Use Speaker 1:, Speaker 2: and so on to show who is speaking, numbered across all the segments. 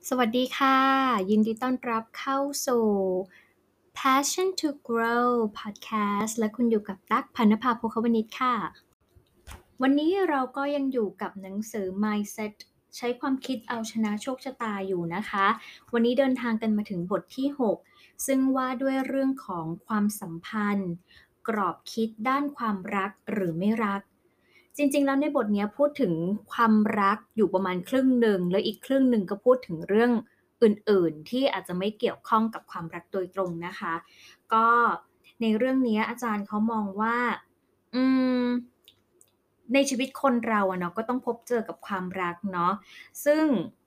Speaker 1: สวัสดีค่ะยินดีต้อนรับเข้าสู่ Passion to Grow Podcast และคุณอยู่กับตั๊กพรรณภาโภควณิชค่ะวันนี้เราก็ยังอยู่กับหนังสือ Mindset ใช้ความคิดเอาชนะโชคชะตาอยู่นะคะวันนี้เดินทางกันมาถึงบทที่6ซึ่งว่าด้วยเรื่องของความสัมพันธ์กรอบคิดด้านความรักหรือไม่รัก จริงๆแล้วในบทเนี้ยพูดถึงความรักอยู่ประมาณครึ่งหนึ่งแล้วอีกครึ่งหนึ่งก็พูดถึงเรื่องอื่นๆที่อาจจะไม่เกี่ยวข้องกับความรักโดยตรงนะคะก็ในเรื่องเนี้ยอาจารย์เขามองว่าอืมในชีวิตคนเราอะเนาะก็ต้องพบเจอกับความรักเนาะซึ่ง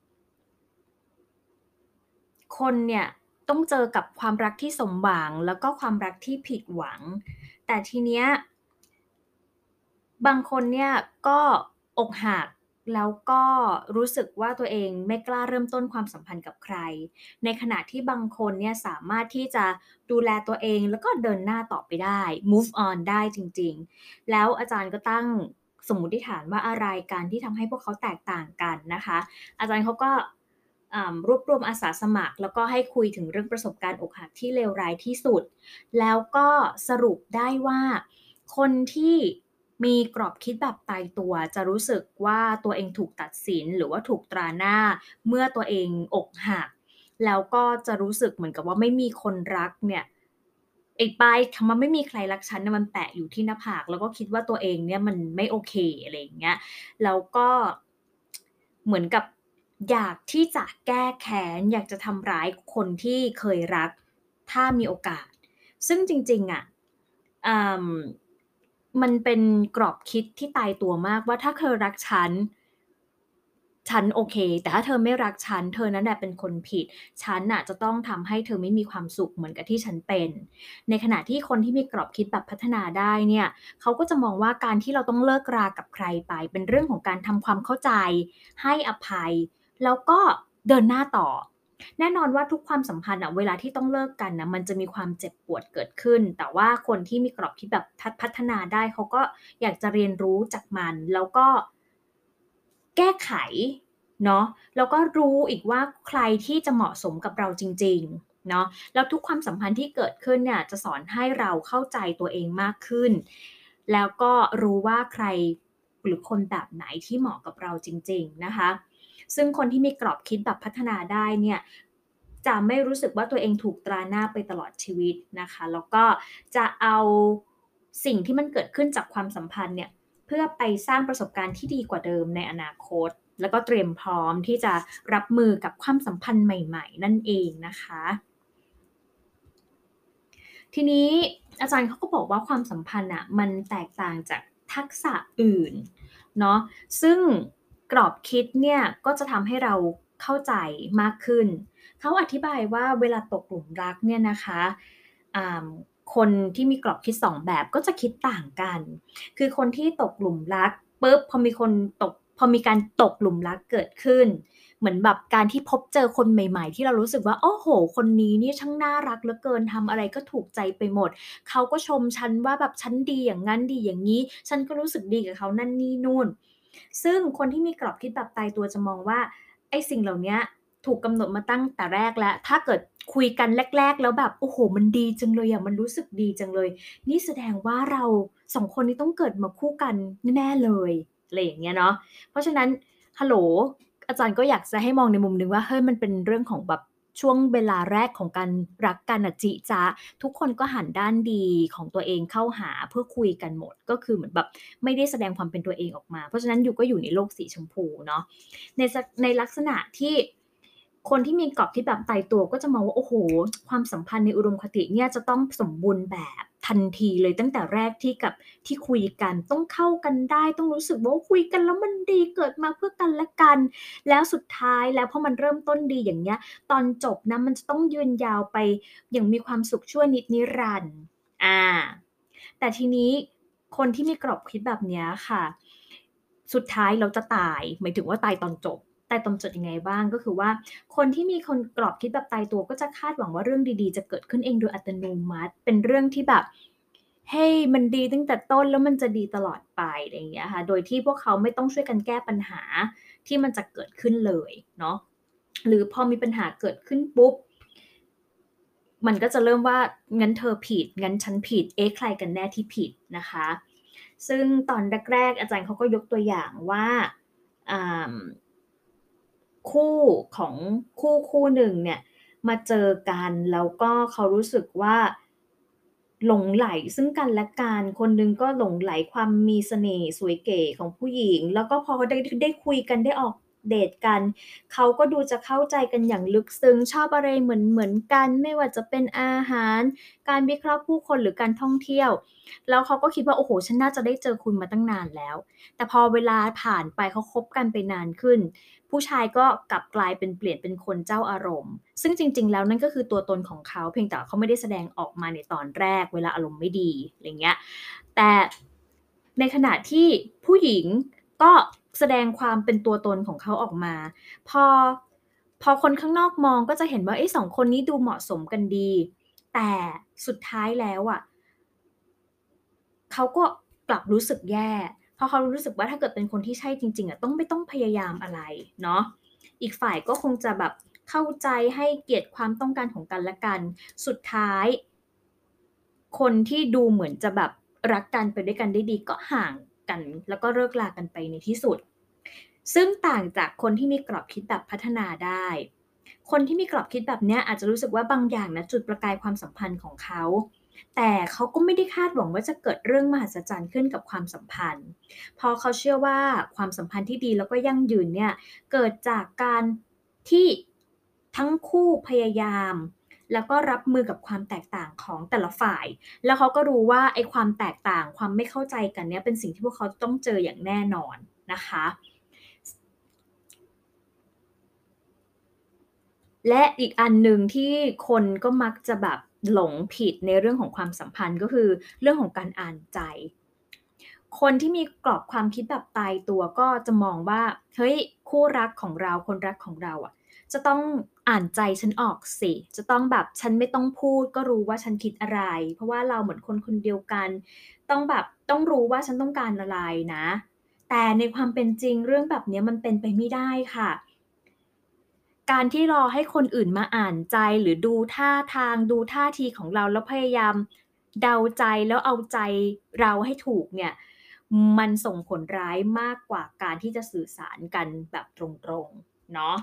Speaker 1: คนเนี่ยต้องเจอกับความรักที่สมหวังแล้วก็ความรักที่ผิดหวังแต่ทีเนี้ย บางคนเนี่ยก็อกหักแล้วก็รู้สึกว่าตัวเองไม่กล้าเริ่มต้นความสัมพันธ์กับใครในขณะที่บางคนเนี่ยสามารถที่จะดูแลตัวเองแล้วก็เดินหน้าต่อไปได้ move on ได้จริงๆแล้วอาจารย์ก็ตั้งสมมุติฐานว่าอะไรกันที่ทำให้พวกเขาแตกต่างกันนะคะอาจารย์เขาก็รวบรวมอาสาสมัครแล้วก็ให้คุยถึงเรื่องประสบการณ์อกหักที่เลวร้ายที่สุดแล้วก็สรุปได้ว่าคนที่ มีกรอบคิดแบบตายตัวจะรู้สึกว่าตัวเองถูกตัดสินหรือว่าถูกตราหน้าเมื่อตัวเองอกหักแล้วก็จะรู้สึกเหมือนกับว่าไม่มีคนรักเนี่ยไอ้ป้ายคำว่าไม่มีใครรักฉันน่ะมันแปะอยู่ที่หน้าผากแล้วก็คิดว่าตัวเองเนี่ยมันไม่โอเคอะไรอย่างเงี้ยแล้วก็เหมือนกับอยากที่จะแก้แค้นอยากจะทำร้ายคนที่เคยรักถ้ามีโอกาส ซึ่งจริงๆอะอ่ามันเป็นกรอบคิดที่ตายตัวมากว่าถ้าเธอรักฉัน ฉันโอเค แต่ถ้าเธอไม่รักฉันเธอนั่นแหละเป็นคนผิด ฉันน่ะจะต้องทำให้เธอไม่มีความสุขเหมือนกับที่ฉันเป็น ในขณะที่คนที่มีกรอบคิดแบบพัฒนาได้เนี่ยเขาก็จะมองว่าการที่เราต้องเลิกรากับใครไปเป็นเรื่องของการทำความเข้าใจให้อภัยแล้วก็เดินหน้าต่อ แน่นอนว่าทุกความสัมพันธ์อะเวลาที่ต้องเลิกกันน่ะมันจะมีความเจ็บปวดเกิดขึ้นแต่ว่าคนที่มีกรอบคิดแบบพัฒนาได้เขาก็อยากจะเรียนรู้จากมันแล้วก็แก้ไขเนาะแล้วก็รู้อีกว่าใครที่จะเหมาะสมกับเราจริงๆเนาะแล้วทุกความสัมพันธ์ที่เกิดขึ้นเนี่ยจะสอนให้เราเข้าใจตัวเองมากขึ้นแล้วก็รู้ว่าใครหรือคนแบบไหนที่เหมาะกับเราจริงๆนะคะซึ่งคนที่มีกรอบคิดแบบพัฒนาได้เนี่ย จะไม่รู้สึกว่าตัวเองถูกตราหน้าไปตลอดชีวิตนะคะแล้วก็จะเอาสิ่งที่มันเกิดขึ้นจากความสัมพันธ์เนี่ยเพื่อไปสร้างประสบการณ์ที่ดีกว่าเดิมในอนาคตแล้วก็เตรียมพร้อมที่จะรับมือกับความสัมพันธ์ใหม่ๆนั่นเองนะคะทีนี้อาจารย์เขาก็บอกว่าความสัมพันธ์น่ะมันแตกต่างจากทักษะอื่นเนาะซึ่งกรอบคิดเนี่ยก็จะทำให้เราเข้าใจมากขึ้น เขาอธิบายว่าเวลาตกหลุมรักเนี่ยนะคะอ่าคนที่มีกรอบคิด2แบบก็จะคิดต่างกัน คือคนที่ตกหลุมรักปุ๊บพอมีการตกหลุมรักเกิดขึ้นเหมือนแบบการที่พบเจอคนใหม่ๆที่เรารู้สึกว่าโอ้โฮคนนี้นี่ช่างน่ารักเหลือเกินทำอะไรก็ถูกใจไปหมดเขาก็ชมฉันว่าแบบฉันดีอย่างงั้นดีอย่างงี้ฉันก็รู้สึกดีกับเขานั่นนี่นู่นซึ่งคนที่มีกรอบคิดแบบตายตัวจะมองว่า ไอ้สิ่งเหล่าเนี้ยถูกกำหนดมาตั้งแต่แรกแล้ว ถ้าเกิดคุยกันแรกๆแล้วแบบโอ้โฮมันดีจังเลยอะมันรู้สึกดีจังเลย นี่แสดงว่าเรา2คนนี้ต้องเกิดมาคู่กันแน่ๆเลยอะไรอย่างเงี้ยเนาะเพราะฉะนั้นฮัลโหลอาจารย์ก็อยากจะให้มองในมุมหนึ่งว่าเฮ้ยมันเป็นเรื่องของแบบช่วงเวลาแรกของการรักกันอะจิจ๊ะทุกคนก็หันด้านดีของตัวเองเข้าหาเพื่อคุยกันหมดก็คือเหมือนแบบไม่ได้แสดงความเป็นตัวเองออกมาเพราะฉะนั้นอยู่ก็อยู่ในโลกสีชมพูเนาะ ในลักษณะที่คนที่มีกรอบคิดแบบตายตัวก็จะมองว่าโอ้โฮความสัมพันธ์ในอุดมคติเนี่ยจะต้องสมบูรณ์แบบทันทีเลยตั้งแต่แรกที่คุยกันต้องเข้ากันได้ต้องรู้สึกว่าคุยกันแล้วมันดีเกิดมาเพื่อกันและกันแล้วสุดท้ายแล้วพอมันเริ่มต้นดีอย่างเงี้ยตอนจบนะมันจะต้องยืนยาวไปอย่างมีความสุขชั่วนิจนิรันดร์อาแต่ทีนี้คนที่มีกรอบคิดแบบเนี้ยค่ะสุดท้ายแล้วจะตายหมายถึงว่าตายตอนจบ ตายตรงจุดยังไงบ้างก็คือว่าคนที่มีคนกรอบคิดแบบตายตัวก็จะคาดหวังว่าเรื่องดีๆจะเกิดขึ้นเองโดยอัตโนมัติเป็นเรื่องที่แบบเฮ้ยมันดีตั้งแต่ต้นแล้วมันจะดีตลอดไปอะไรอย่างเงี้ยค่ะโดยที่พวกเขาไม่ต้องช่วยกันแก้ปัญหาที่มันจะเกิดขึ้นเลยเนาะหรือพอมีปัญหาเกิดขึ้นปุ๊บมันก็จะเริ่มว่างั้นเธอผิดงั้นฉันผิดใครกันแน่ที่ผิดนะคะซึ่งตอนแรกๆอาจารย์เขาก็ยกตัวอย่างว่าอ่าคู่ของคู่หนึ่งเนี่ยมาเจอกันแล้วก็เขารู้สึกว่าหลงใหลซึ่งกันและกันคนหนึ่งก็หลงใหลความมีเสน่ห์สวยเก๋ของผู้หญิงแล้วก็พอได้คุยกันได้ออกเดตกันเขาก็ดูจะเข้าใจกันอย่างลึกซึ้งชอบอะไรเหมือนกันไม่ว่าจะเป็นอาหารการวิเคราะห์ผู้คนหรือการท่องเที่ยวแล้วเขาก็คิดว่าโอ้โฮฉันน่าจะได้เจอคุณมาตั้งนานแล้วแต่พอเวลาผ่านไปเขาคบกันไปนานขึ้น ผู้ชายก็กลับกลายเป็นเปลี่ยนเป็นคนเจ้าอารมณ์ซึ่งจริงๆแล้วนั่นก็คือตัวตนของเขาเพียงแต่เขาไม่ได้แสดงออกมาในตอนแรกเวลาอารมณ์ไม่ดีอะไรเงี้ยแต่ในขณะที่ผู้หญิงก็แสดงความเป็นตัวตนของเขาออกมาพอพอคนข้างนอกมองก็จะเห็นว่าเอ๊ะ2คนนี้ดูเหมาะสมกันดีแต่สุดท้ายแล้วอะ เขาก็กลับรู้สึกแย่เพราะเขารู้สึกว่าถ้าเกิดเป็นคนที่ใช่จริงๆอะไม่ต้องพยายามอะไรเนาะอีกฝ่ายก็คงจะแบบเข้าใจให้เกียรติความต้องการของกันและกันสุดท้ายคนที่ดูเหมือนจะแบบรักกันไปด้วยกันได้ดีก็ห่างกันแล้วก็เลิกลากันไปในที่สุดซึ่งต่างจากคนที่มีกรอบคิดแบบพัฒนาได้คนที่มีกรอบคิดแบบเนี้ยอาจจะรู้สึกว่าบางอย่างนะจุดประกายความสัมพันธ์ของเขา แต่เขาก็ไม่ได้คาดหวังว่าจะเกิดเรื่องมหัศจรรย์ขึ้นกับความสัมพันธ์เพราะเขาเชื่อว่าความสัมพันธ์ที่ดีแล้วก็ยั่งยืนเนี่ยเกิดจากการที่ทั้งคู่พยายามแล้วก็รับมือกับความแตกต่างของแต่ละฝ่ายแล้วเขาก็รู้ว่าไอ้ความแตกต่างความไม่เข้าใจกันเนี่ยเป็นสิ่งที่พวกเขาจะต้องเจออย่างแน่นอนนะคะและอีกอันหนึ่งที่คนก็มักจะแบบหลงผิดในเรื่องของความสัมพันธ์ก็คือเรื่องของการอ่านใจ คนที่มีกรอบความคิดแบบตายตัวก็จะมองว่าเฮ้ยคู่รักของเราคนรักของเราอะจะต้องอ่านใจฉันออกสิจะต้องแบบฉันไม่ต้องพูดก็รู้ว่าฉันคิดอะไรเพราะว่าเราเหมือนคนคนเดียวกันต้องแบบต้องรู้ว่าฉันต้องการอะไรนะแต่ในความเป็นจริงเรื่องแบบเนี้ยมันเป็นไปไม่ได้ค่ะ การที่รอให้คนอื่นมาอ่านใจหรือดูท่าทางดูท่าทีของเราแล้วพยายามเดาใจแล้วเอาใจเราให้ถูกเนี่ยมันส่งผลร้ายมากกว่าการที่จะสื่อสารกันแบบตรงๆเนาะ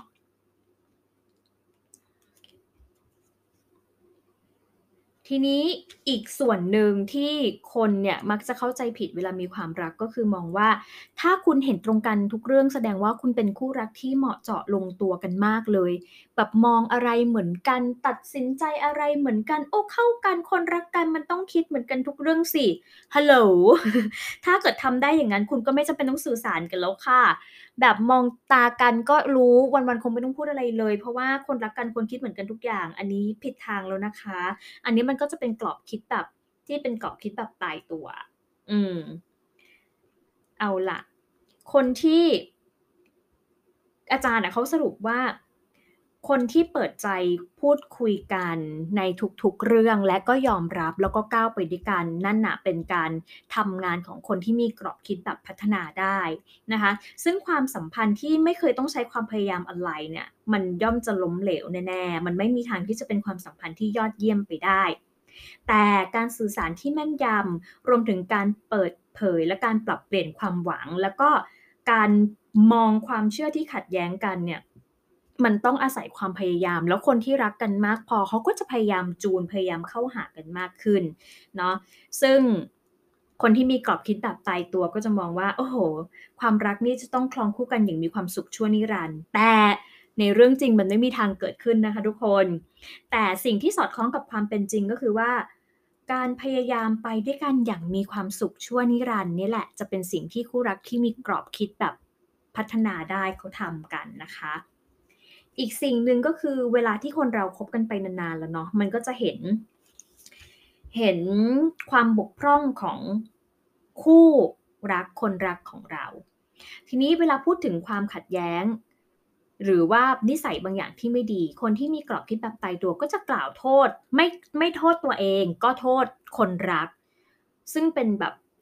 Speaker 1: ทีนี้อีกส่วนหนึ่งที่คนเนี่ยมักจะเข้าใจผิดเวลามีความรักก็คือมองว่าถ้าคุณเห็นตรงกันทุกเรื่องแสดงว่าคุณเป็นคู่รักที่เหมาะเจาะลงตัวกันมากเลยแบบมองอะไรเหมือนกันตัดสินใจอะไรเหมือนกันโอ้เข้ากันคนรักกันมันต้องคิดเหมือนกันทุกเรื่องสิฮัลโหลถ้าเกิดทำได้อย่างงั้นคุณก็ไม่จำเป็นต้องสื่อสารกันแล้วค่ะแบบมองตากันก็รู้วันๆคงไม่ต้องพูดอะไรเลยเพราะว่าคนรักกันควรคิดเหมือนกันทุกอย่างอันนี้ผิดทางแล้วนะคะ อันนี้มันก็จะเป็นกรอบคิดแบบที่เป็นกรอบคิดแบบตายตัวอืมเอาล่ะคนที่อาจารย์อะเขาสรุปว่าคนที่เปิดใจพูดคุยกันในทุกๆเรื่องและก็ยอมรับแล้วก็ก้าวไปด้วยกันนั่นน่ะเป็นการทำงานของคนที่มีกรอบคิดแบบพัฒนาได้นะคะซึ่งความสัมพันธ์ที่ไม่เคยต้องใช้ความพยายามอะไรเนี่ยมันย่อมจะล้มเหลวแน่ๆมันไม่มีทางที่จะเป็นความสัมพันธ์ที่ยอดเยี่ยมไปได้ แต่การสื่อสารที่แม่นยำรวมถึงการเปิดเผยและการปรับเปลี่ยนความหวังแล้วก็การมองความเชื่อที่ขัดแย้งกันเนี่ยมันต้องอาศัยความพยายามแล้วคนที่รักกันมากพอเขาก็จะพยายามจูนพยายามเข้าหากันมากขึ้นเนาะซึ่งคนที่มีกรอบคิดแบบตายตัวก็จะมองว่าโอ้โฮความรักนี่จะต้องครองคู่กันอย่างมีความสุขชั่วนิรันดร์แต่ในเรื่องจริงมันไม่มีทางเกิดขึ้นนะคะทุกคน แต่สิ่งที่สอดคล้องกับความเป็นจริงก็คือว่าการพยายามไปด้วยกันอย่างมีความสุขชั่วนิรันดร์เนี่ยแหละจะเป็นสิ่งที่คู่รักที่มีกรอบคิดแบบพัฒนาได้เขาทำกันนะคะอีกสิ่งหนึ่งก็คือเวลาที่คนเราคบกันไปนานๆแล้วเนาะมันก็จะเห็นความบกพร่องของคู่รักคนรักของเรา ทีนี้เวลาพูดถึงความขัดแย้งหรือว่านิสัยบางอย่างที่ไม่ดีคนที่มีกรอบคิดแบบตายตัวก็จะกล่าวโทษไม่โทษตัวเองก็โทษคนรักซึ่งเป็นแบบ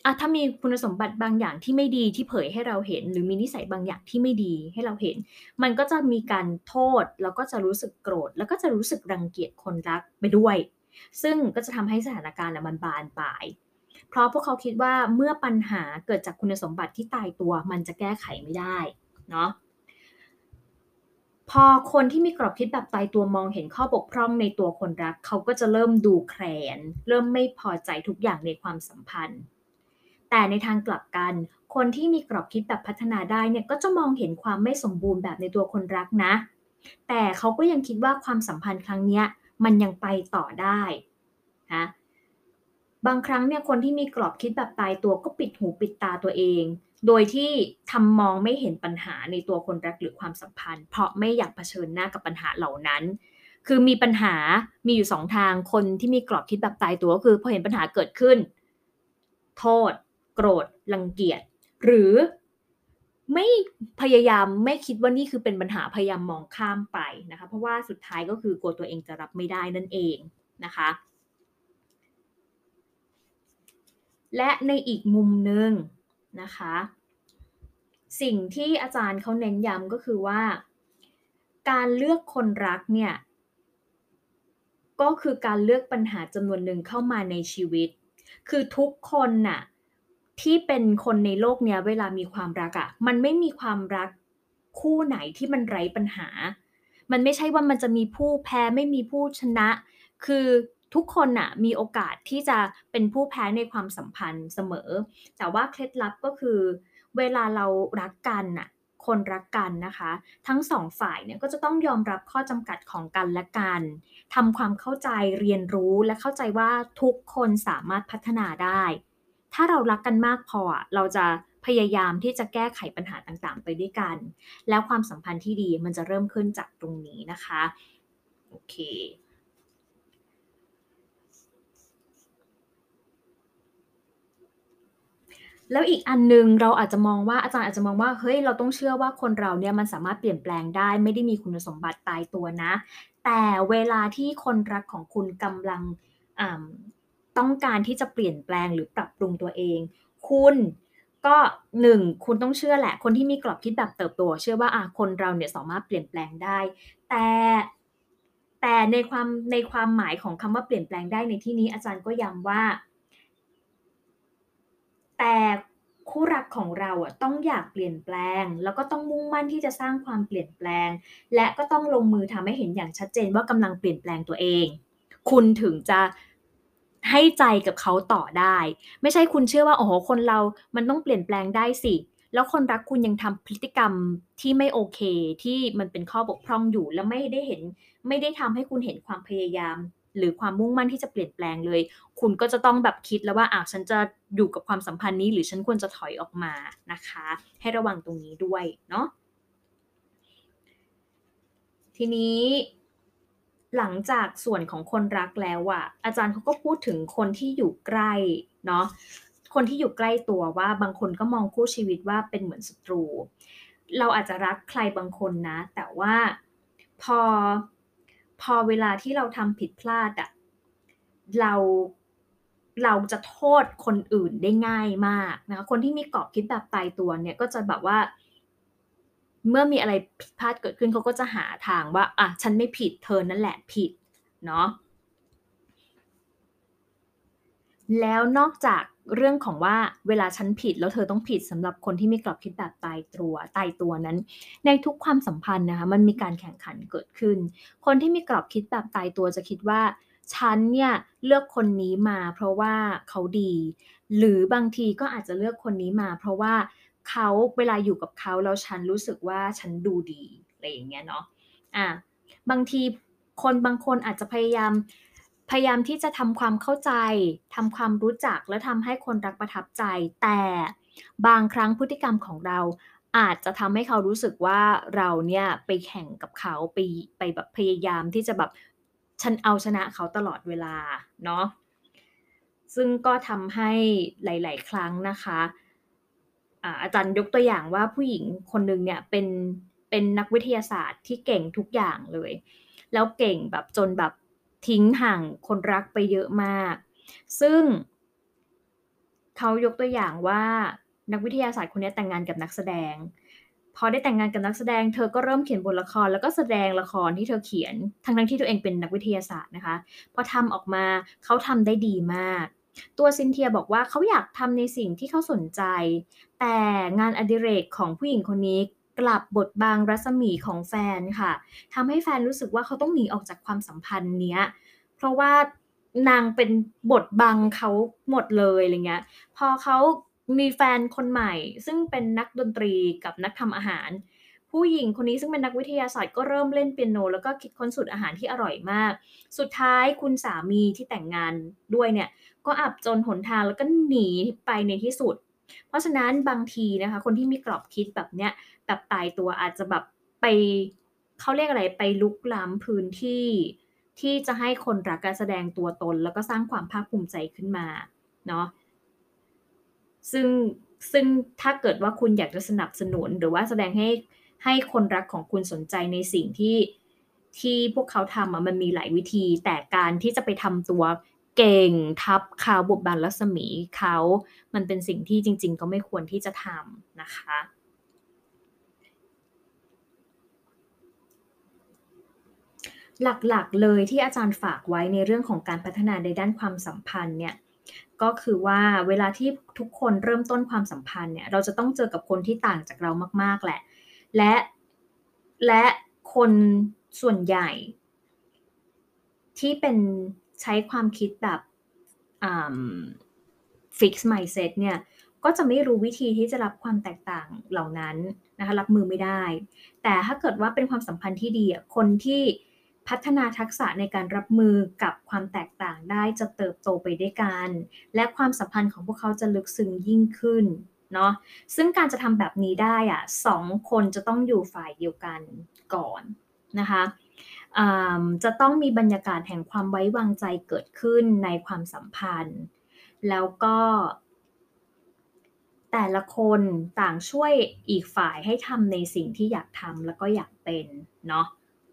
Speaker 1: ถ้ามีคุณสมบัติบางอย่างที่ไม่ดีที่เผยให้เราเห็นหรือมีนิสัยบางอย่างที่ไม่ดีให้เราเห็นมันก็จะมีการโทษแล้วก็จะรู้สึกโกรธแล้วก็จะรู้สึกรังเกียจคนรักไปด้วยซึ่งก็จะทำให้สถานการณ์มันบานปลายเพราะพวกเขาคิดว่าเมื่อปัญหาเกิดจากคุณสมบัติที่ตายตัวมันจะแก้ไขไม่ได้เนาะพอคนที่มีกรอบคิดแบบตายตัวมองเห็นข้อบกพร่องในตัวคนรักเขาก็จะเริ่มดูแคลนเริ่มไม่พอใจทุกอย่างในความสัมพันธ์แต่ในทางกลับกันคนที่มีกรอบคิดแบบพัฒนาได้เนี่ยก็จะมองเห็นความไม่สมบูรณ์แบบในตัวคนรักนะแต่เขาก็ยังคิดว่าความสัมพันธ์ครั้งเนี้ยมันยังไปต่อได้นะบางครั้งเนี่ยคนที่มีกรอบคิดแบบตายตัวก็ปิดหูปิดตาตัวเองโดยที่ทำมองไม่เห็นปัญหาในตัวคนรักหรือความสัมพันธ์เพราะไม่อยากเผชิญหน้ากับปัญหาเหล่านั้นคือมีปัญหามีอยู่สองทางคนที่มีกรอบคิดแบบตายตัวก็คือพอเห็นปัญหาเกิดขึ้นโทษโกรธรังเกียจหรือไม่พยายามไม่คิดว่านี่คือเป็นปัญหาพยายามมองข้ามไปนะคะเพราะว่าสุดท้ายก็คือกลัวตัวเองจะรับไม่ได้นั่นเองนะคะและในอีกมุมหนึ่งนะคะสิ่งที่อาจารย์เขาเน้นย้ำก็คือว่าการเลือกคนรักเนี่ยก็คือการเลือกปัญหาจำนวนหนึ่งเข้ามาในชีวิตคือทุกคนน่ะที่เป็นคนในโลกเนี้ยเวลามีความรักอะมันไม่มีความรักคู่ไหนที่มันไร้ปัญหามันไม่ใช่ว่ามันจะมีผู้แพ้ไม่มีผู้ชนะคือทุกคนน่ะมีโอกาสที่จะเป็นผู้แพ้ในความสัมพันธ์เสมอแต่ว่าเคล็ดลับก็คือเวลาเรารักกันน่ะคนรักกันนะคะทั้งสองฝ่ายเนี่ยก็จะต้องยอมรับข้อจำกัดของกันและกันทำความเข้าใจเรียนรู้และเข้าใจว่าทุกคนสามารถพัฒนาได้ถ้าเรารักกันมากพออะเราจะพยายามที่จะแก้ไขปัญหาต่างๆไปด้วยกันแล้วความสัมพันธ์ที่ดีมันจะเริ่มขึ้นจากตรงนี้นะคะโอเค แล้วอีกอันหนึ่งเราอาจจะมองว่าอาจารย์อาจจะมองว่าเฮ้ยเราต้องเชื่อว่าคนเราเนี่ยมันสามารถเปลี่ยนแปลงได้ไม่ได้มีคุณสมบัติตายตัวนะแต่เวลาที่คนรักของคุณกำลังอ่าต้องการที่จะเปลี่ยนแปลงหรือปรับปรุงตัวเองคุณก็1คุณต้องเชื่อแหละคนที่มีกรอบคิดแบบเติบโตเชื่อว่าคนเราเนี่ยสามารถเปลี่ยนแปลงได้แต่ในความหมายของคำว่าเปลี่ยนแปลงได้ในที่นี้อาจารย์ก็ย้ำว่า แต่คู่รักของเราอะต้องอยากเปลี่ยนแปลงแล้วก็ต้องมุ่งมั่นที่จะสร้างความเปลี่ยนแปลงและก็ต้องลงมือทำให้เห็นอย่างชัดเจนว่ากำลังเปลี่ยนแปลงตัวเองคุณถึงจะให้ใจกับเขาต่อได้ไม่ใช่คุณเชื่อว่าโอ้โฮคนเรามันต้องเปลี่ยนแปลงได้สิแล้วคนรักคุณยังทำพฤติกรรมที่ไม่โอเคที่มันเป็นข้อบกพร่องอยู่แล้วไม่ได้ทำให้คุณเห็นความพยายามหรือความมุ่งมั่นที่จะเปลี่ยนแปลงเลย คุณก็จะต้องแบบคิดแล้วว่าฉันจะอยู่กับความสัมพันธ์นี้หรือฉันควรจะถอยออกมานะคะให้ระวังตรงนี้ด้วยเนาะทีนี้หลังจากส่วนของคนรักแล้วอะอาจารย์เขาก็พูดถึงคนที่อยู่ใกล้เนาะคนที่อยู่ใกล้ตัวว่าบางคนก็มองคู่ชีวิตว่าเป็นเหมือนศัตรูเราอาจจะรักใครบางคนนะแต่ว่าพอพอเวลาที่เราทำผิดพลาดอะเราเราจะโทษคนอื่นได้ง่ายมากนะคะคนที่มีกรอบคิดแบบตายตัวเนี่ยก็จะแบบว่า เมื่อมีอะไรผิดพลาดเกิดขึ้นเขาก็จะหาทางว่าฉันไม่ผิดเธอนั่นแหละผิดเนาะแล้วนอกจากเรื่องของว่าเวลาฉันผิดแล้วเธอต้องผิดสำหรับคนที่มีกรอบคิดแบบตายตัวนั้นในทุกความสัมพันธ์นะคะมันมีการแข่งขันเกิดขึ้นคนที่มีกรอบคิดแบบตายตัวจะคิดว่าฉันเนี่ยเลือกคนนี้มาเพราะว่าเขาดีหรือบางทีก็อาจจะเลือกคนนี้มาเพราะว่าเขาเวลาอยู่กับเขาแล้วฉันรู้สึกว่าฉันดูดีอะไรอย่างเงี้ยเนาะอา บางทีคนบางคนอาจจะพยายามที่จะทำความเข้าใจทำความรู้จักและทำให้คนรักประทับใจแต่บางครั้งพฤติกรรมของเราอาจจะทำให้เขารู้สึกว่าเราเนี่ยไปแข่งกับเขาไปแบบพยายามที่จะแบบฉันเอาชนะเขาตลอดเวลาเนาะซึ่งก็ทำให้หลายๆครั้งนะคะอาจารย์ยกตัวอย่างว่าผู้หญิงคนหนึ่งเนี่ยเป็นนักวิทยาศาสตร์ที่เก่งทุกอย่างเลยแล้วเก่งแบบจนแบบทิ้งห่างคนรักไปเยอะมากซึ่งเขายกตัวอย่างว่านักวิทยาศาสตร์คนนี้แต่งงานกับนักแสดงพอได้แต่งงานกับนักแสดงเธอก็เริ่มเขียนบทละครแล้วก็แสดงละครที่เธอเขียนทั้งๆที่ตัวเองเป็นนักวิทยาศาสตร์นะคะพอทำออกมาเขาทำได้ดีมากตัวซินเทียบอกว่าเขาอยากทำในสิ่งที่เขาสนใจแต่งานอดิเรกของผู้หญิงคนนี้กลับบดบังรัศมีของแฟนค่ะทำให้แฟนรู้สึกว่าเขาต้องหนีออกจากความสัมพันธ์เนี้ยเพราะว่านางเป็นบทบังเขาหมดเลยอะไรเงี้ย พอเขามีแฟนคนใหม่ซึ่งเป็นนักดนตรีกับนักทำอาหารผู้หญิงคนนี้ซึ่งเป็นนักวิทยาศาสตร์ก็เริ่มเล่นเปียโนแล้วก็คิดค้นสูตรอาหารที่อร่อยมากสุดท้ายคุณสามีที่แต่งงานด้วยเนี่ยก็อับจนหนทางแล้วก็หนีไปในที่สุดเพราะฉะนั้นบางทีนะคะคนที่มีกรอบคิดแบบเนี้ยแบบตายตัวอาจจะแบบไปเขาเรียกอะไรไปลุกล้ำพื้นที่ที่จะให้คนรักการแสดงตัวตนแล้วก็สร้างความภาคภูมิใจขึ้นมาเนาะ ซึ่งซึ่งถ้าเกิดว่าคุณอยากจะสนับสนุนหรือว่าแสดงให้คนรักของคุณสนใจในสิ่งที่พวกเขาทำอะมันมีหลายวิธีแต่การที่จะไปทำตัวเก่งทับเขาบดบังรัศมีเขามันเป็นสิ่งที่จริงๆก็ไม่ควรที่จะทำนะคะหลักๆเลยที่อาจารย์ฝากไว้ในเรื่องของการพัฒนาในด้านความสัมพันธ์เนี่ยก็คือว่าเวลาที่ทุกคนเริ่มต้นความสัมพันธ์เนี่ยเราจะต้องเจอกับคนที่ต่างจากเรามากๆแหละและและคนส่วนใหญ่ที่เป็นใช้ความคิดแบบอ่า fixed mindset เนี่ยก็จะไม่รู้วิธีที่จะรับความแตกต่างเหล่านั้นนะคะรับมือไม่ได้แต่ถ้าเกิดว่าเป็นความสัมพันธ์ที่ดีอะคนที่พัฒนาทักษะในการรับมือกับความแตกต่างได้จะเติบโตไปด้วยกันและความสัมพันธ์ของพวกเขาจะลึกซึ้งยิ่งขึ้นเนาะซึ่งการจะทำแบบนี้ได้อะ2คนจะต้องอยู่ฝ่ายเดียวกันก่อนนะคะจะต้องมีบรรยากาศแห่งความไว้วางใจเกิดขึ้นในความสัมพันธ์แล้วก็แต่ละคนต่างช่วยอีกฝ่ายให้ทำในสิ่งที่อยากทำแล้วก็อยากเป็นเนาะ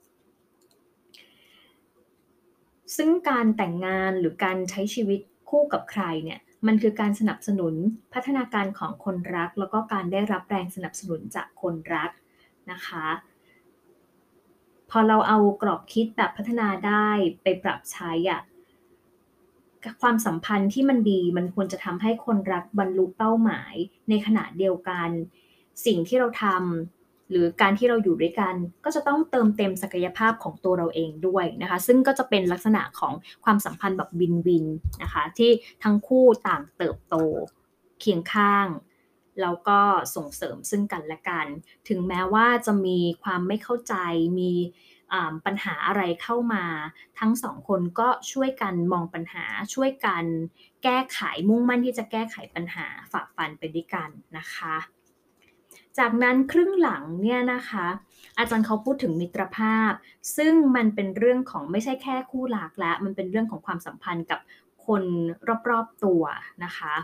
Speaker 1: ซึ่งการแต่งงานหรือการใช้ชีวิตคู่กับใครเนี่ยมันคือการสนับสนุนพัฒนาการของคนรักแล้วก็การได้รับแรงสนับสนุนจากคนรักนะคะพอเราเอากรอบคิดแบบพัฒนาได้ไปปรับใช้อะความสัมพันธ์ที่มันดีมันควรจะทำให้คนรักบรรลุเป้าหมายในขณะเดียวกันสิ่งที่เราทำหรือการที่เราอยู่ด้วยกันก็จะต้องเติมเต็มศักยภาพของตัวเราเองด้วยนะคะซึ่งก็จะเป็นลักษณะของความสัมพันธ์แบบวินวินนะคะที่ทั้งคู่ต่างเติบโตเคียงข้างแล้วก็ส่งเสริมซึ่งกันและกันถึงแม้ว่าจะมีความไม่เข้าใจมีปัญหาอะไรเข้ามาทั้งสองคนก็ช่วยกันมองปัญหาช่วยกันแก้ไขมุ่งมั่นที่จะแก้ไขปัญหาฝ่าฟันไปด้วยกันนะคะจากนั้นครึ่งหลังเนี่ยนะคะอาจารย์เขาพูดถึงมิตรภาพซึ่งมันเป็นเรื่องของไม่ใช่แค่คู่รักแล้วมันเป็นเรื่องของความสัมพันธ์กับคนรอบๆตัวนะคะ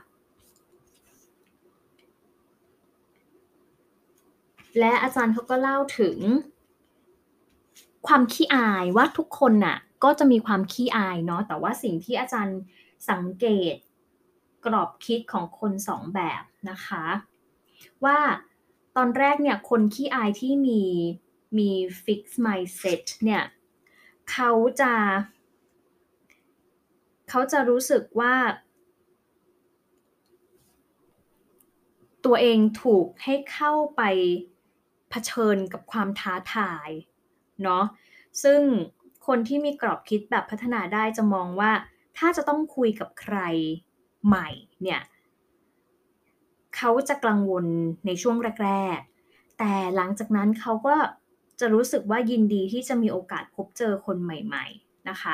Speaker 1: และอาจารย์เขาก็เล่าถึง ความขี้อายว่าทุกคนน่ะก็จะมีความขี้อายเนาะแต่ว่าสิ่งที่อาจารย์สังเกตกรอบคิดของคน2แบบนะคะว่าตอนแรกเนี่ยคนขี้อายที่มี fixed mindset เนี่ยเขาจะเขาจะรู้สึกว่าตัวเองถูกให้เข้าไปเผชิญกับความท้าทายเนาะ ซึ่งคนที่มีกรอบคิดแบบพัฒนาได้จะมองว่าถ้าจะต้องคุยกับใครใหม่เนี่ยเขาจะกังวลในช่วงแรกๆแต่หลังจากนั้นเขาก็จะรู้สึกว่ายินดีที่จะมีโอกาสพบเจอคนใหม่ๆนะคะ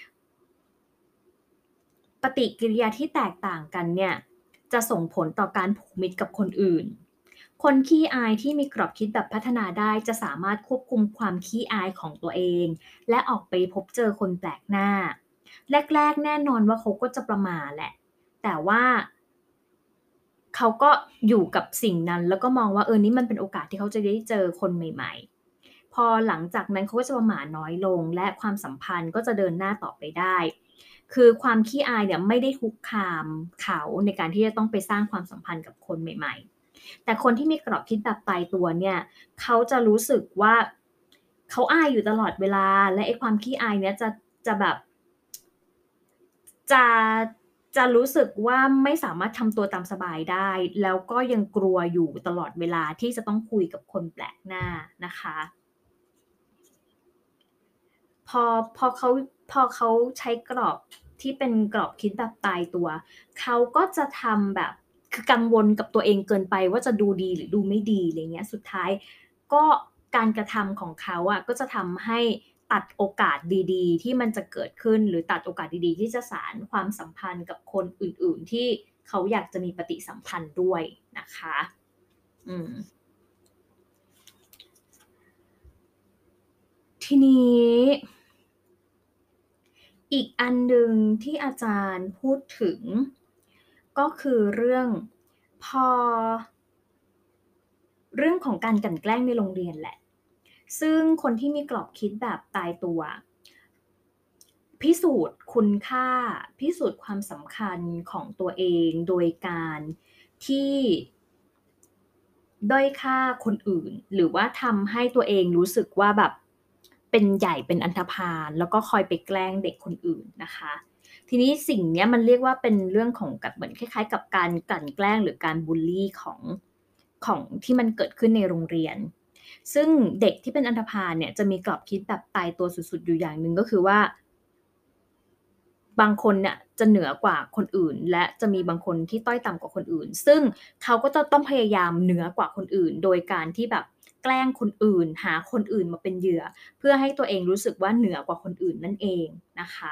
Speaker 1: ปฏิกิริยาที่แตกต่างกันเนี่ยจะส่งผลต่อการผูกมิตรกับคนอื่น คนขี้อายที่มีกรอบคิดแบบพัฒนาได้จะสามารถควบคุมความขี้อายของตัวเองและออกไปพบเจอคนแปลกหน้าแรกๆแน่นอนว่าเขาก็จะประหม่าแหละแต่ว่าเขาก็อยู่กับสิ่งนั้นแล้วก็มองว่านี่มันเป็นโอกาสที่เขาจะได้เจอคนใหม่ๆพอหลังจากนั้นเขาก็จะประหม่าน้อยลงและความสัมพันธ์ก็จะเดินหน้าต่อไปได้คือความขี้อายเนี่ยไม่ได้คุกคามเขาในการที่จะต้องไปสร้างความสัมพันธ์กับคนใหม่ๆแต่คนที่มีกรอบคิดแบบตายตัวเนี่ยเขาจะรู้สึกว่าเขาอายอยู่ตลอดเวลาและไอ้ความขี้อายเนี่ยจะแบบจะจะรู้สึกว่าไม่สามารถทำตัวตามสบายได้แล้วก็ยังกลัวอยู่ตลอดเวลาที่จะต้องคุยกับคนแปลกหน้านะคะพอพอเขาพอเขาใช้กรอบที่เป็นกรอบคิดแบบตายตัวเขาก็จะทำแบบคือกังวลกับตัวเองเกินไปว่าจะดูดีหรือดูไม่ดีอะไรเงี้ยสุดท้ายก็การกระทำของเขาอะก็จะทำให้ตัดโอกาสดีๆที่มันจะเกิดขึ้นหรือตัดโอกาสดีๆที่จะสานความสัมพันธ์กับคนอื่นๆที่เขาอยากจะมีปฏิสัมพันธ์ด้วยนะคะอืมทีนี้อีกอันหนึ่งที่อาจารย์พูดถึงก็คือพอเรื่องของการกลั่นแกล้งในโรงเรียนแหละซึ่งคนที่มีกรอบคิดแบบตายตัวพิสูจน์คุณค่าพิสูจน์ความสำคัญของตัวเองโดยการที่ด้อยค่าคนอื่นหรือว่าทำให้ตัวเองรู้สึกว่าแบบเป็นใหญ่เป็นอันธพาลแล้วก็คอยไปแกล้งเด็กคนอื่นนะคะทีนี้สิ่งเนี้ยมันเรียกว่าเป็นเรื่องของกับเหมือนคล้ายๆกับการกลั่นแกล้งหรือการบุลลีของที่มันเกิดขึ้นในโรงเรียนซึ่งเด็กที่เป็นอันธพาลเนี่ยจะมีกรอบคิดแบบตายตัวสุดๆอยู่อย่างหนึ่งก็คือว่า บางคนเนี่ยจะเหนือกว่าคนอื่นและจะมีบางคนที่ต้อยต่ำกว่าคนอื่นซึ่งเขาก็จะต้องพยายามเหนือกว่าคนอื่นโดยการที่แบบแกล้งคนอื่นหาคนอื่นมาเป็นเหยื่อเพื่อให้ตัวเองรู้สึกว่าเหนือกว่าคนอื่นนั่นเองนะคะ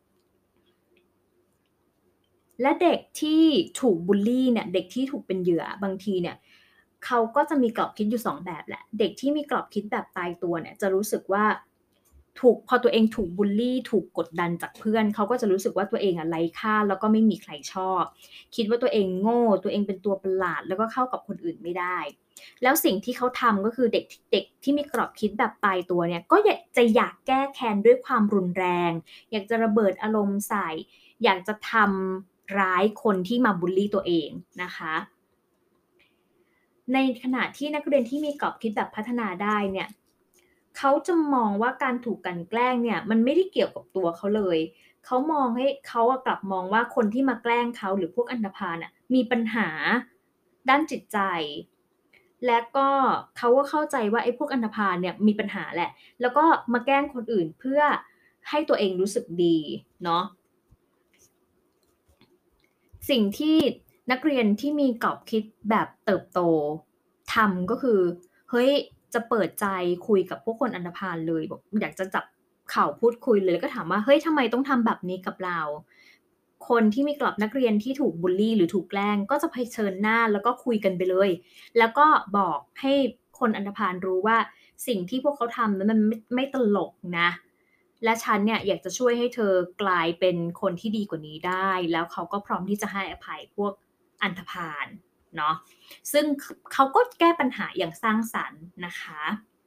Speaker 1: และเด็กที่ถูกบุลลีเนี่ยเด็กที่ถูกเป็นเหยื่อบางทีเนี่ยเขาก็จะมีกรอบคิดอยู่2แบบแหละเด็กที่มีกรอบคิดแบบตายตัวเนี่ยจะรู้สึกว่าพอตัวเองถูกบุลลีถูกกดดันจากเพื่อนเขาก็จะรู้สึกว่าตัวเองอะไร้ค่าแล้วก็ไม่มีใครชอบคิดว่าตัวเองโง่ตัวเองเป็นตัวประหลาดแล้วก็เข้ากับคนอื่นไม่ได้แล้วสิ่งที่เขาทำก็คือเด็กที่มีกรอบคิดแบบตายตัวเนี่ยก็อยากแก้แค้นด้วยความรุนแรงอยากจะระเบิดอารมณ์ใส่อยากจะทำร้ายคนที่มาบุลลีตัวเองนะคะในขณะที่นักเรียนที่มีกรอบคิดแบบพัฒนาได้เนี่ย เขาจะมองว่าการถูกกลั่นแกล้งเนี่ยมันไม่ได้เกี่ยวกับตัวเขาเลย เขามองให้เขาอะกลับมองว่าคนที่มาแกล้งเขาหรือพวกอันธพาลน่ะมีปัญหาด้านจิตใจและก็เขาก็เข้าใจว่าไอ้พวกอันธพาลเนี่ยมีปัญหาแหละแล้วก็มาแกล้งคนอื่นเพื่อให้ตัวเองรู้สึกดีเนาะ สิ่งที่นักเรียนที่มีกรอบคิดแบบเติบโตทำก็คือเฮ้ยจะเปิดใจคุยกับพวกคนอันธพาลเลยบอกอยากจะจับเข่าพูดคุยเลยแล้วก็ถามว่าเฮ้ยทำไมต้องทำแบบนี้กับเราคนที่มีกรอบนักเรียนที่ถูกบุลลีหรือถูกแกล้งก็จะเผชิญหน้าแล้วก็คุยกันไปเลยแล้วก็บอกให้คนอันธพาลรู้ว่าสิ่งที่พวกเขาทำนั้นมันไม่ตลกนะ และฉันเนี่ยอยากจะช่วยให้เธอกลายเป็นคนที่ดีกว่านี้ได้แล้วเขาก็พร้อมที่จะให้อภัยพวกอันธพาลเนาะซึ่งเขาก็แก้ปัญหาอย่างสร้างสรรค์นะคะ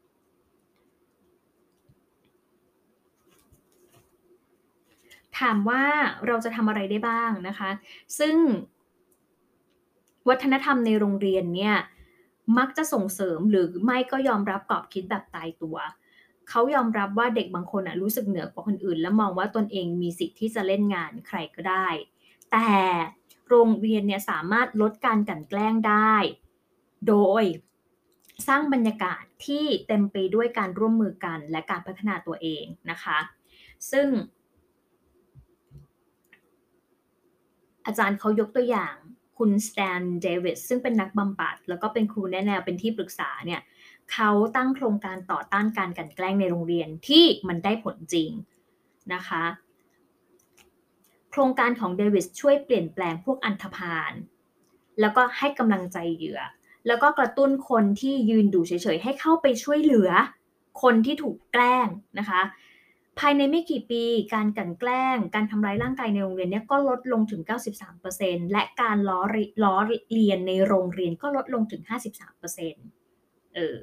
Speaker 1: ถามว่าเราจะทำอะไรได้บ้างนะคะซึ่งวัฒนธรรมในโรงเรียนเนี่ยมักจะส่งเสริมหรือไม่ก็ยอมรับกรอบคิดแบบตายตัวเขายอมรับว่าเด็กบางคนอะรู้สึกเหนือกว่าคนอื่นและมองว่าตนเองมีสิทธิ์ที่จะเล่นงานใครก็ได้แต่โรงเรียนเนี่ยสามารถลดการกลั่นแกล้งได้โดยสร้างบรรยากาศที่เต็มไปด้วยการร่วมมือกันและการพัฒนาตัวเองนะคะซึ่ง อาจารย์เขายกตัวอย่างคุณสแตนเดวิสซึ่งเป็นนักบำบัดแล้วก็เป็นครูแนะแนวเป็นที่ปรึกษาเนี่ยเขาตั้งโครงการต่อต้านการกลั่นแกล้งในโรงเรียนที่มันได้ผลจริงนะคะโครงการของเดวิสช่วยเปลี่ยนแปลงพวกอันธพาลแล้วก็ให้กำลังใจเหยื่อแล้วก็กระตุ้นคนที่ยืนดูเฉยๆให้เข้าไปช่วยเหลือคนที่ถูกแกล้งนะคะ ภายในไม่กี่ปีการกลั่นแกล้งการทำร้ายร่างกายในโรงเรียนเนี่ยก็ลดลงถึง 93%และการล้อเลียนในโรงเรียนก็ลดลงถึง 53%เออ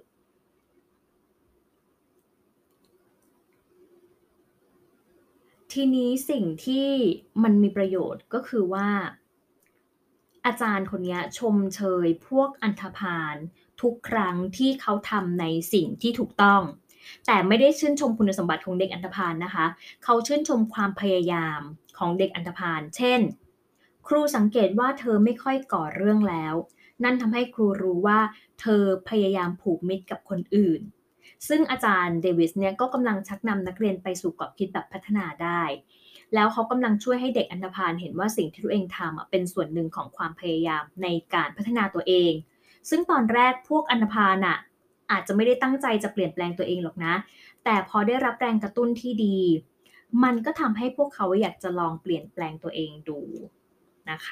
Speaker 1: ทีนี้สิ่งที่มันมีประโยชน์ก็คือว่าอาจารย์คนเนี้ยชมเชยพวกอันธพาลทุกครั้งที่เขาทำในสิ่งที่ถูกต้องแต่ไม่ได้ชื่นชมคุณสมบัติของเด็กอันธพาลนะคะเขาชื่นชมความพยายามของเด็กอันธพาลเช่นครูสังเกตว่าเธอไม่ค่อยก่อเรื่องแล้วนั่นทำให้ครูรู้ว่าเธอพยายามผูกมิตรกับคนอื่นซึ่งอาจารย์เดวิสเนี่ยก็กำลังชักนำนักเรียนไปสู่กรอบคิดแบบพัฒนาได้ แล้วเขากำลังช่วยให้เด็กอันธพาลเห็นว่าสิ่งที่ตัวเองทำเป็นส่วนหนึ่งของความพยายามในการพัฒนาตัวเอง ซึ่งตอนแรกพวกอันธพาลอาจจะไม่ได้ตั้งใจจะเปลี่ยนแปลงตัวเองหรอกนะ แต่พอได้รับแรงกระตุ้นที่ดี มันก็ทำให้พวกเขาอยากจะลองเปลี่ยนแปลงตัวเองดูนะคะ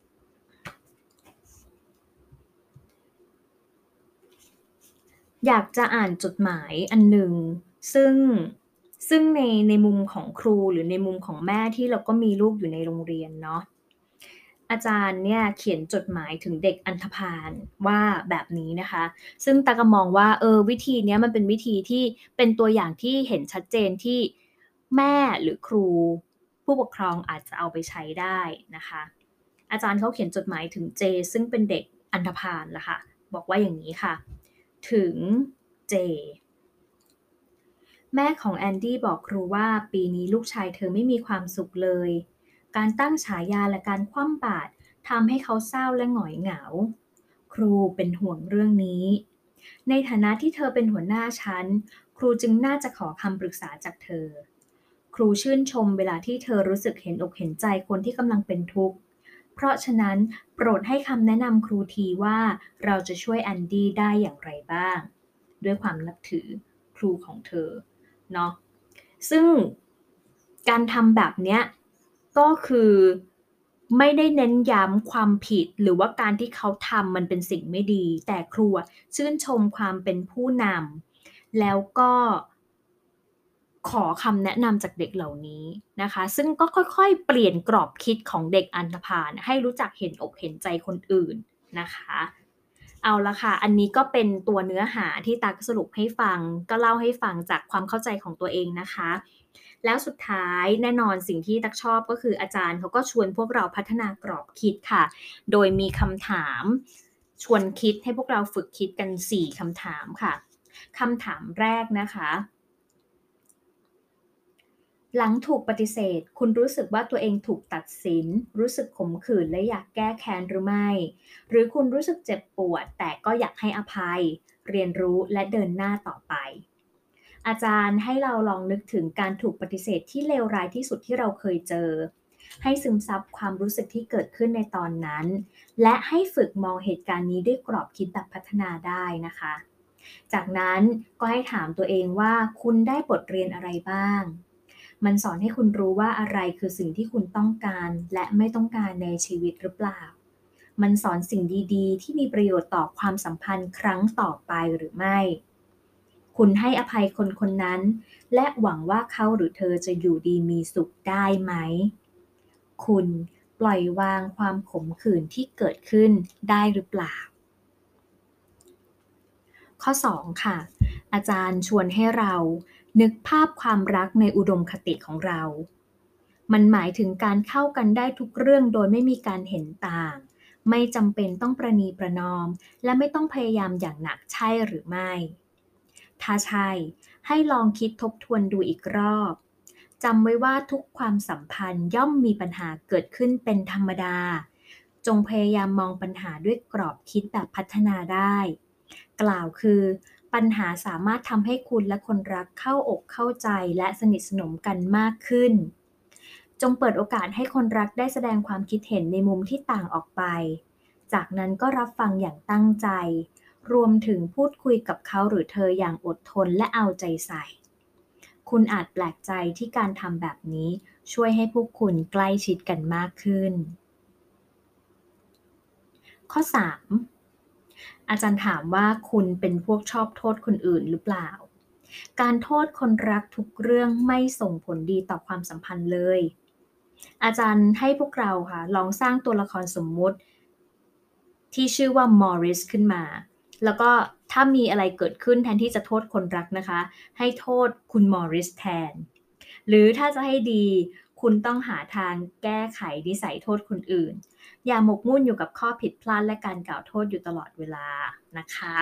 Speaker 1: อยากจะอ่านจดหมายอันหนึ่งซึ่งซึ่งในมุมของครูหรือในมุมของแม่ที่เราก็มีลูกอยู่ในโรงเรียนเนาะอาจารย์เนี่ยเขียนจดหมายถึงเด็กอันธพาลว่าแบบนี้นะคะซึ่งตาก็มองว่าวิธีเนี้ยมันเป็นวิธีที่เป็นตัวอย่างที่เห็นชัดเจนที่แม่หรือครูผู้ปกครองอาจจะเอาไปใช้ได้นะคะอาจารย์เขาเขียนจดหมายถึงเจซึ่งเป็นเด็กอันธพาลล่ะค่ะบอกว่าอย่างนี้ค่ะ ถึงเจแม่ของแอนดี้บอกครูว่าปีนี้ลูกชายเธอไม่มีความสุขเลยการตั้งฉายาและการคว่ำบาตรทำให้เขาเศร้าและหงอยเหงาครูเป็นห่วงเรื่องนี้ในฐานะที่เธอเป็นหัวหน้าชั้นครูจึงน่าจะขอคำปรึกษาจากเธอครูชื่นชมเวลาที่เธอรู้สึกเห็นอกเห็นใจคนที่กำลังเป็นทุกข์เพราะฉะนั้นโปรดให้คำแนะนำครูทีว่าเราจะช่วยแอนดี้ได้อย่างไรบ้าง ด้วยความนับถือครูของเธอเนาะซึ่งการทำแบบเนี้ยก็คือไม่ได้เน้นย้ำความผิดหรือว่าการที่เขาทำมันเป็นสิ่งไม่ดีแต่ครูชื่นชมความเป็นผู้นำแล้วก็ขอคำแนะนำจากเด็กเหล่านี้นะคะซึ่งก็ค่อยๆเปลี่ยนกรอบคิดของเด็กอันธพาลให้รู้จักเห็นอกเห็นใจคนอื่นนะคะ เอาละค่ะ อันนี้ก็เป็นตัวเนื้อหาที่ตักสรุปให้ฟัง ก็เล่าให้ฟังจากความเข้าใจของตัวเองนะคะ แล้วสุดท้ายแน่นอนสิ่งที่ตักชอบก็คืออาจารย์เขาก็ชวนพวกเราพัฒนากรอบคิดค่ะ โดยมีคำถามชวนคิดให้พวกเราฝึกคิดกัน4คำถามค่ะ คำถามแรกนะคะ หลังถูกปฏิเสธคุณรู้สึกว่าตัวเองถูกตัดสินรู้สึกขมขื่นและอยากแก้แค้นหรือไม่หรือคุณรู้สึกเจ็บปวดแต่ก็อยากให้อภัยเรียนรู้และเดินหน้าต่อไปอาจารย์ให้เราลองนึกถึงการถูกปฏิเสธที่เลวร้ายที่สุดที่เราเคยเจอให้ซึมซับความรู้สึกที่เกิดขึ้นในตอนนั้นและให้ฝึกมองเหตุการณ์นี้ด้วยกรอบคิดแบบพัฒนาได้นะคะจากนั้นก็ให้ถามตัวเองว่าคุณได้บทเรียนอะไรบ้าง มันสอนให้คุณรู้ว่าอะไรคือสิ่งที่คุณต้องการและไม่ต้องการในชีวิตหรือเปล่า มันสอนสิ่งดีๆที่มีประโยชน์ต่อความสัมพันธ์ครั้งต่อไปหรือไม่ คุณให้อภัยคนคนนั้นและหวังว่าเขาหรือเธอจะอยู่ดีมีสุขได้ไหม คุณปล่อยวางความขมขื่นที่เกิดขึ้นได้หรือเปล่า ข้อ2ค่ะอาจารย์ชวนให้เรานึกภาพความรักในอุดมคติของเรา มันหมายถึงการเข้ากันได้ทุกเรื่องโดยไม่มีการเห็นต่าง ไม่จำเป็นต้องประนีประนอม และไม่ต้องพยายามอย่างหนักใช่หรือไม่ ถ้าใช่ให้ลองคิดทบทวนดูอีกรอบจำไว้ว่าทุกความสัมพันธ์ย่อมมีปัญหาเกิดขึ้นเป็นธรรมดา จงพยายามมองปัญหาด้วยกรอบคิดแบบพัฒนาได้ กล่าวคือปัญหาสามารถทำให้คุณและคนรักเข้าอกเข้าใจและสนิทสนมกันมากขึ้น จงเปิดโอกาสให้คนรักได้แสดงความคิดเห็นในมุมที่ต่างออกไป จากนั้นก็รับฟังอย่างตั้งใจ รวมถึงพูดคุยกับเขาหรือเธออย่างอดทนและเอาใจใส่ คุณอาจแปลกใจที่การทำแบบนี้ช่วยให้พวกคุณใกล้ชิดกันมากขึ้น ข้อ3อาจารย์ถามว่าคุณเป็นพวกชอบโทษคนอื่นหรือเปล่า การโทษคนรักทุกเรื่องไม่ส่งผลดีต่อความสัมพันธ์เลย อาจารย์ให้พวกเราค่ะลองสร้างตัวละครสมมุติที่ชื่อว่ามอริสขึ้นมา แล้วก็ถ้ามีอะไรเกิดขึ้นแทนที่จะโทษคนรักนะคะ ให้โทษคุณมอริสแทนหรือถ้าจะให้ดีคุณต้องหาทางแก้ไขนิสัยโทษคนอื่นอย่าหมกมุ่นอยู่กับข้อผิดพลาดและการกล่าวโทษอยู่ตลอดเวลานะคะ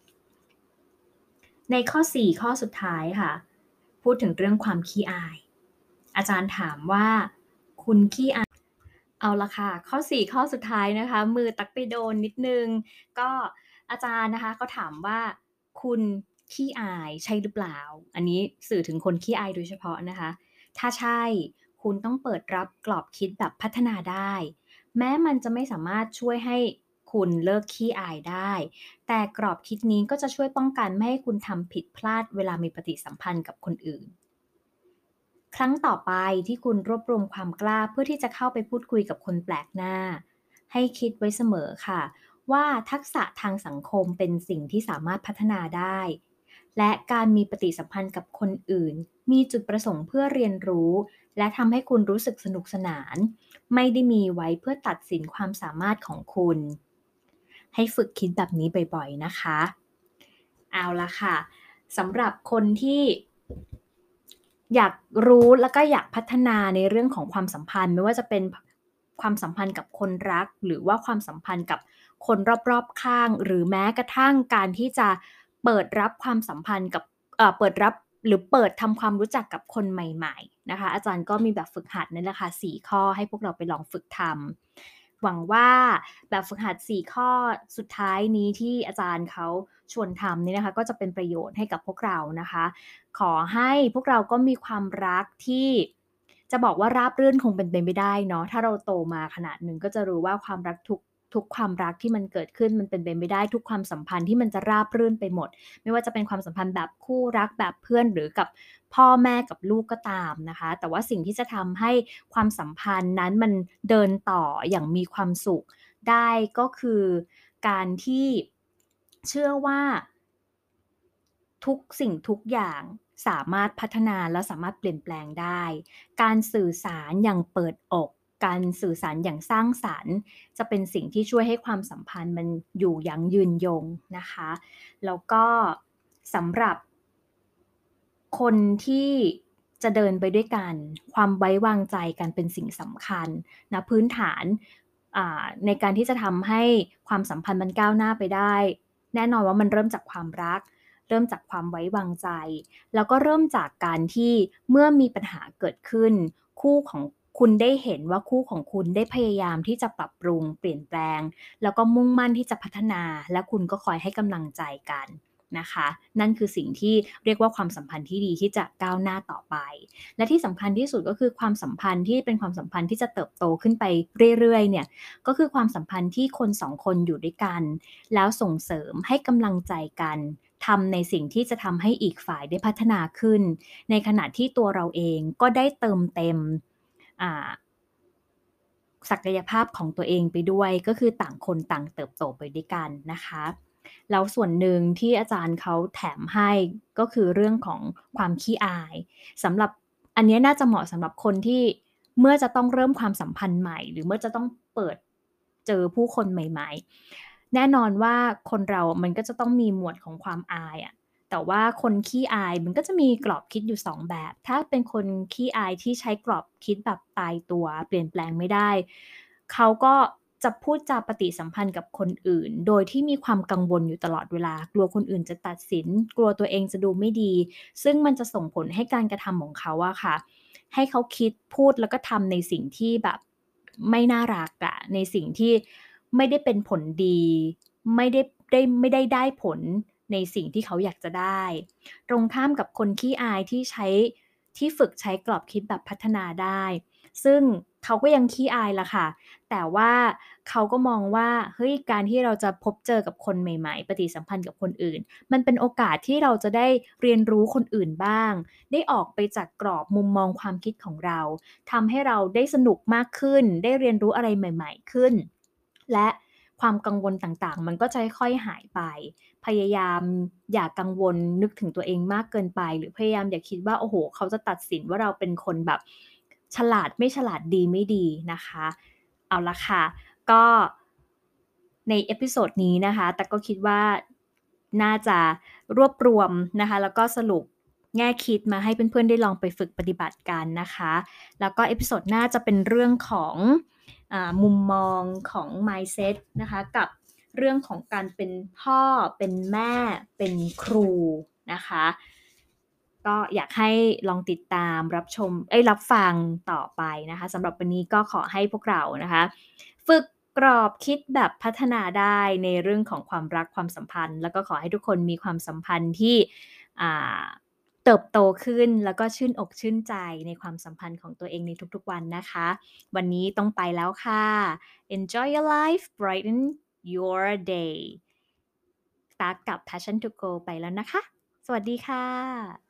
Speaker 1: ในข้อ4ข้อสุดท้ายค่ะพูดถึงเรื่องความขี้อายอาจารย์ถามว่าคุณขี้อาย เอาละค่ะข้อ4ข้อสุดท้ายนะคะมือตักไปโดนนิดนึงก็อาจารย์นะคะก็ถามว่าคุณขี้อายใช่หรือเปล่าอันนี้สื่อถึงคนขี้อายโดยเฉพาะนะคะถ้าใช่คุณต้องเปิดรับกรอบคิดแบบพัฒนาได้แม้มันจะไม่สามารถช่วยให้คุณเลิกขี้อายได้แต่กรอบคิดนี้ก็จะช่วยป้องกันไม่ให้คุณทำผิดพลาดเวลามีปฏิสัมพันธ์กับคนอื่น ครั้งต่อไปที่คุณรวบรวมความกล้าเพื่อที่จะเข้าไปพูดคุยกับคนแปลกหน้าให้คิดไว้เสมอค่ะว่าทักษะทางสังคมเป็นสิ่งที่สามารถพัฒนาได้และการมีปฏิสัมพันธ์กับคนอื่นมีจุดประสงค์เพื่อเรียนรู้และทำให้คุณรู้สึกสนุกสนานไม่ได้มีไว้เพื่อตัดสินความสามารถของคุณให้ฝึกคิดแบบนี้บ่อยๆนะคะเอาละค่ะสำหรับคนที่ อยากรู้แล้วก็อยากพัฒนาในเรื่องของความสัมพันธ์ไม่ว่าจะเป็นความสัมพันธ์กับคนรักหรือว่าความสัมพันธ์กับคนรอบๆข้างหรือแม้กระทั่งการที่จะเปิดรับความสัมพันธ์กับเปิดรับหรือเปิดทำความรู้จักกับคนใหม่ๆนะคะอาจารย์ก็มีแบบฝึกหัดนั่นแหละค่ะ4ข้อให้พวกเราไปลองฝึกทำหวังว่าแบบฝึกหัด4ข้อสุดท้ายนี้ที่อาจารย์เขาชวนทำนี่นะคะก็จะเป็นประโยชน์ให้กับพวกเรานะคะ ขอให้พวกเราก็มีความรักที่จะบอกว่าราบรื่นคงเป็นไปไม่ได้เนาะถ้าเราโตมาขนาดหนึ่งก็จะรู้ว่าความรักทุกความรักที่มันเกิดขึ้นมันเป็นไปไม่ได้ทุกความสัมพันธ์ที่มันจะราบรื่นไปหมดไม่ว่าจะเป็นความสัมพันธ์แบบคู่รักแบบเพื่อนหรือกับพ่อแม่กับลูกก็ตามนะคะแต่ว่าสิ่งที่จะทำให้ความสัมพันธ์นั้นมันเดินต่ออย่างมีความสุขได้ก็คือการที่เชื่อว่า ทุกสิ่งทุกอย่างสามารถพัฒนาและสามารถเปลี่ยนแปลงได้ การสื่อสารอย่างเปิดอก การสื่อสารอย่างสร้างสรรค์จะเป็นสิ่งที่ช่วยให้ความสัมพันธ์มันอยู่ยั้งยืนยงนะคะ แล้วก็สำหรับคนที่จะเดินไปด้วยกัน ความไว้วางใจกันเป็นสิ่งสำคัญนะพื้นฐานในการที่จะทำให้ความสัมพันธ์มันก้าวหน้าไปได้แน่นอนว่ามันเริ่มจากความรัก เริ่มจากความไว้วางใจแล้วก็เริ่มจากการที่เมื่อมีปัญหาเกิดขึ้นคู่ของคุณได้เห็นว่าคู่ของคุณได้พยายามที่จะปรับปรุงเปลี่ยนแปลงแล้วก็มุ่งมั่นที่จะพัฒนาและคุณก็คอยให้กำลังใจกันนะคะนั่นคือสิ่งที่เรียกว่าความสัมพันธ์ที่ดีที่จะก้าวหน้าต่อไปและที่สำคัญที่สุดก็คือความสัมพันธ์ที่เป็นความสัมพันธ์ที่จะเติบโตขึ้นไปเรื่อยๆเนี่ยก็คือความสัมพันธ์ที่คนสองคนอยู่ด้วยกันแล้วส่งเสริมให้กำลังใจกัน ทำในสิ่งที่จะทำให้อีกฝ่ายได้พัฒนาขึ้นในขณะที่ตัวเราเองก็ได้เติมเต็มอ่าศักยภาพของตัวเองไปด้วยก็คือต่างคนต่างเติบโตไปด้วยกันนะคะแล้วส่วนหนึ่งที่อาจารย์เขาแถมให้ก็คือเรื่องของความขี้อายสำหรับอันนี้น่าจะเหมาะสำหรับคนที่เมื่อจะต้องเริ่มความสัมพันธ์ใหม่หรือเมื่อจะต้องเปิดเจอผู้คนใหม่ๆ แน่นอนว่าคนเรามันก็จะต้องมีหมวดของความอายอะแต่ว่าคนขี้อายมันก็จะมีกรอบคิดอยู่2แบบถ้าเป็นคนขี้อายที่ใช้กรอบคิดแบบตายตัวเปลี่ยนแปลงไม่ได้เขาก็จะพูดจาปฏิสัมพันธ์กับคนอื่นโดยที่มีความกังวลอยู่ตลอดเวลากลัวคนอื่นจะตัดสินกลัวตัวเองจะดูไม่ดีซึ่งมันจะส่งผลให้การกระทำของเขาอะค่ะให้เขาคิดพูดแล้วก็ทำในสิ่งที่แบบไม่น่ารักอะในสิ่งที่ไม่ได้เป็นผลดี ไม่ได้ผลในสิ่งที่เขาอยากจะได้ตรงข้ามกับคนขี้อายที่ฝึกใช้กรอบคิดแบบพัฒนาได้ซึ่งเขาก็ยังขี้อายล่ะค่ะแต่ว่าเขาก็มองว่าเฮ้ยการที่เราจะพบเจอกับคนใหม่ๆปฏิสัมพันธ์กับคนอื่นมันเป็นโอกาสที่เราจะได้เรียนรู้คนอื่นบ้างได้ออกไปจากกรอบมุมมองความคิดของเราทำให้เราได้สนุกมากขึ้นได้เรียนรู้อะไรใหม่ๆขึ้นและความกังวลต่างๆมันก็จะค่อยๆหายไปพยายามอย่ากังวลนึกถึงตัวเองมากเกินไปหรือพยายามอย่าคิดว่าโอ้โฮเขาจะตัดสินว่าเราเป็นคนแบบฉลาดไม่ฉลาดดีไม่ดีนะคะเอาล่ะค่ะก็ในเอพิโซดนี้นะคะตั๊กก็คิดว่าน่าจะรวบรวมนะคะแล้วก็สรุปแง่คิดมาให้เพื่อนๆได้ลองไปฝึกปฏิบัติกันนะคะแล้วก็เอพิโซดหน้าจะเป็นเรื่องของมุมมองของ mindset นะคะกับเรื่องของการเป็นพ่อเป็นแม่เป็นครูนะคะก็อยากให้ลองติดตามรับฟังต่อไปนะคะสำหรับวันนี้ก็ขอให้พวกเรานะคะฝึกกรอบคิดแบบพัฒนาได้ในเรื่องของความรักความสัมพันธ์แล้วก็ขอให้ทุกคนมีความสัมพันธ์ที่อ่าเติบโตขึ้นแล้วก็ชื่นอกชื่นใจในความสัมพันธ์ของตัวเองในทุกๆวันนะคะวันนี้ต้องไปแล้วค่ะ Enjoy your life brighten your day ตั๊กกับ Passion to Go ไปแล้วนะคะสวัสดีค่ะ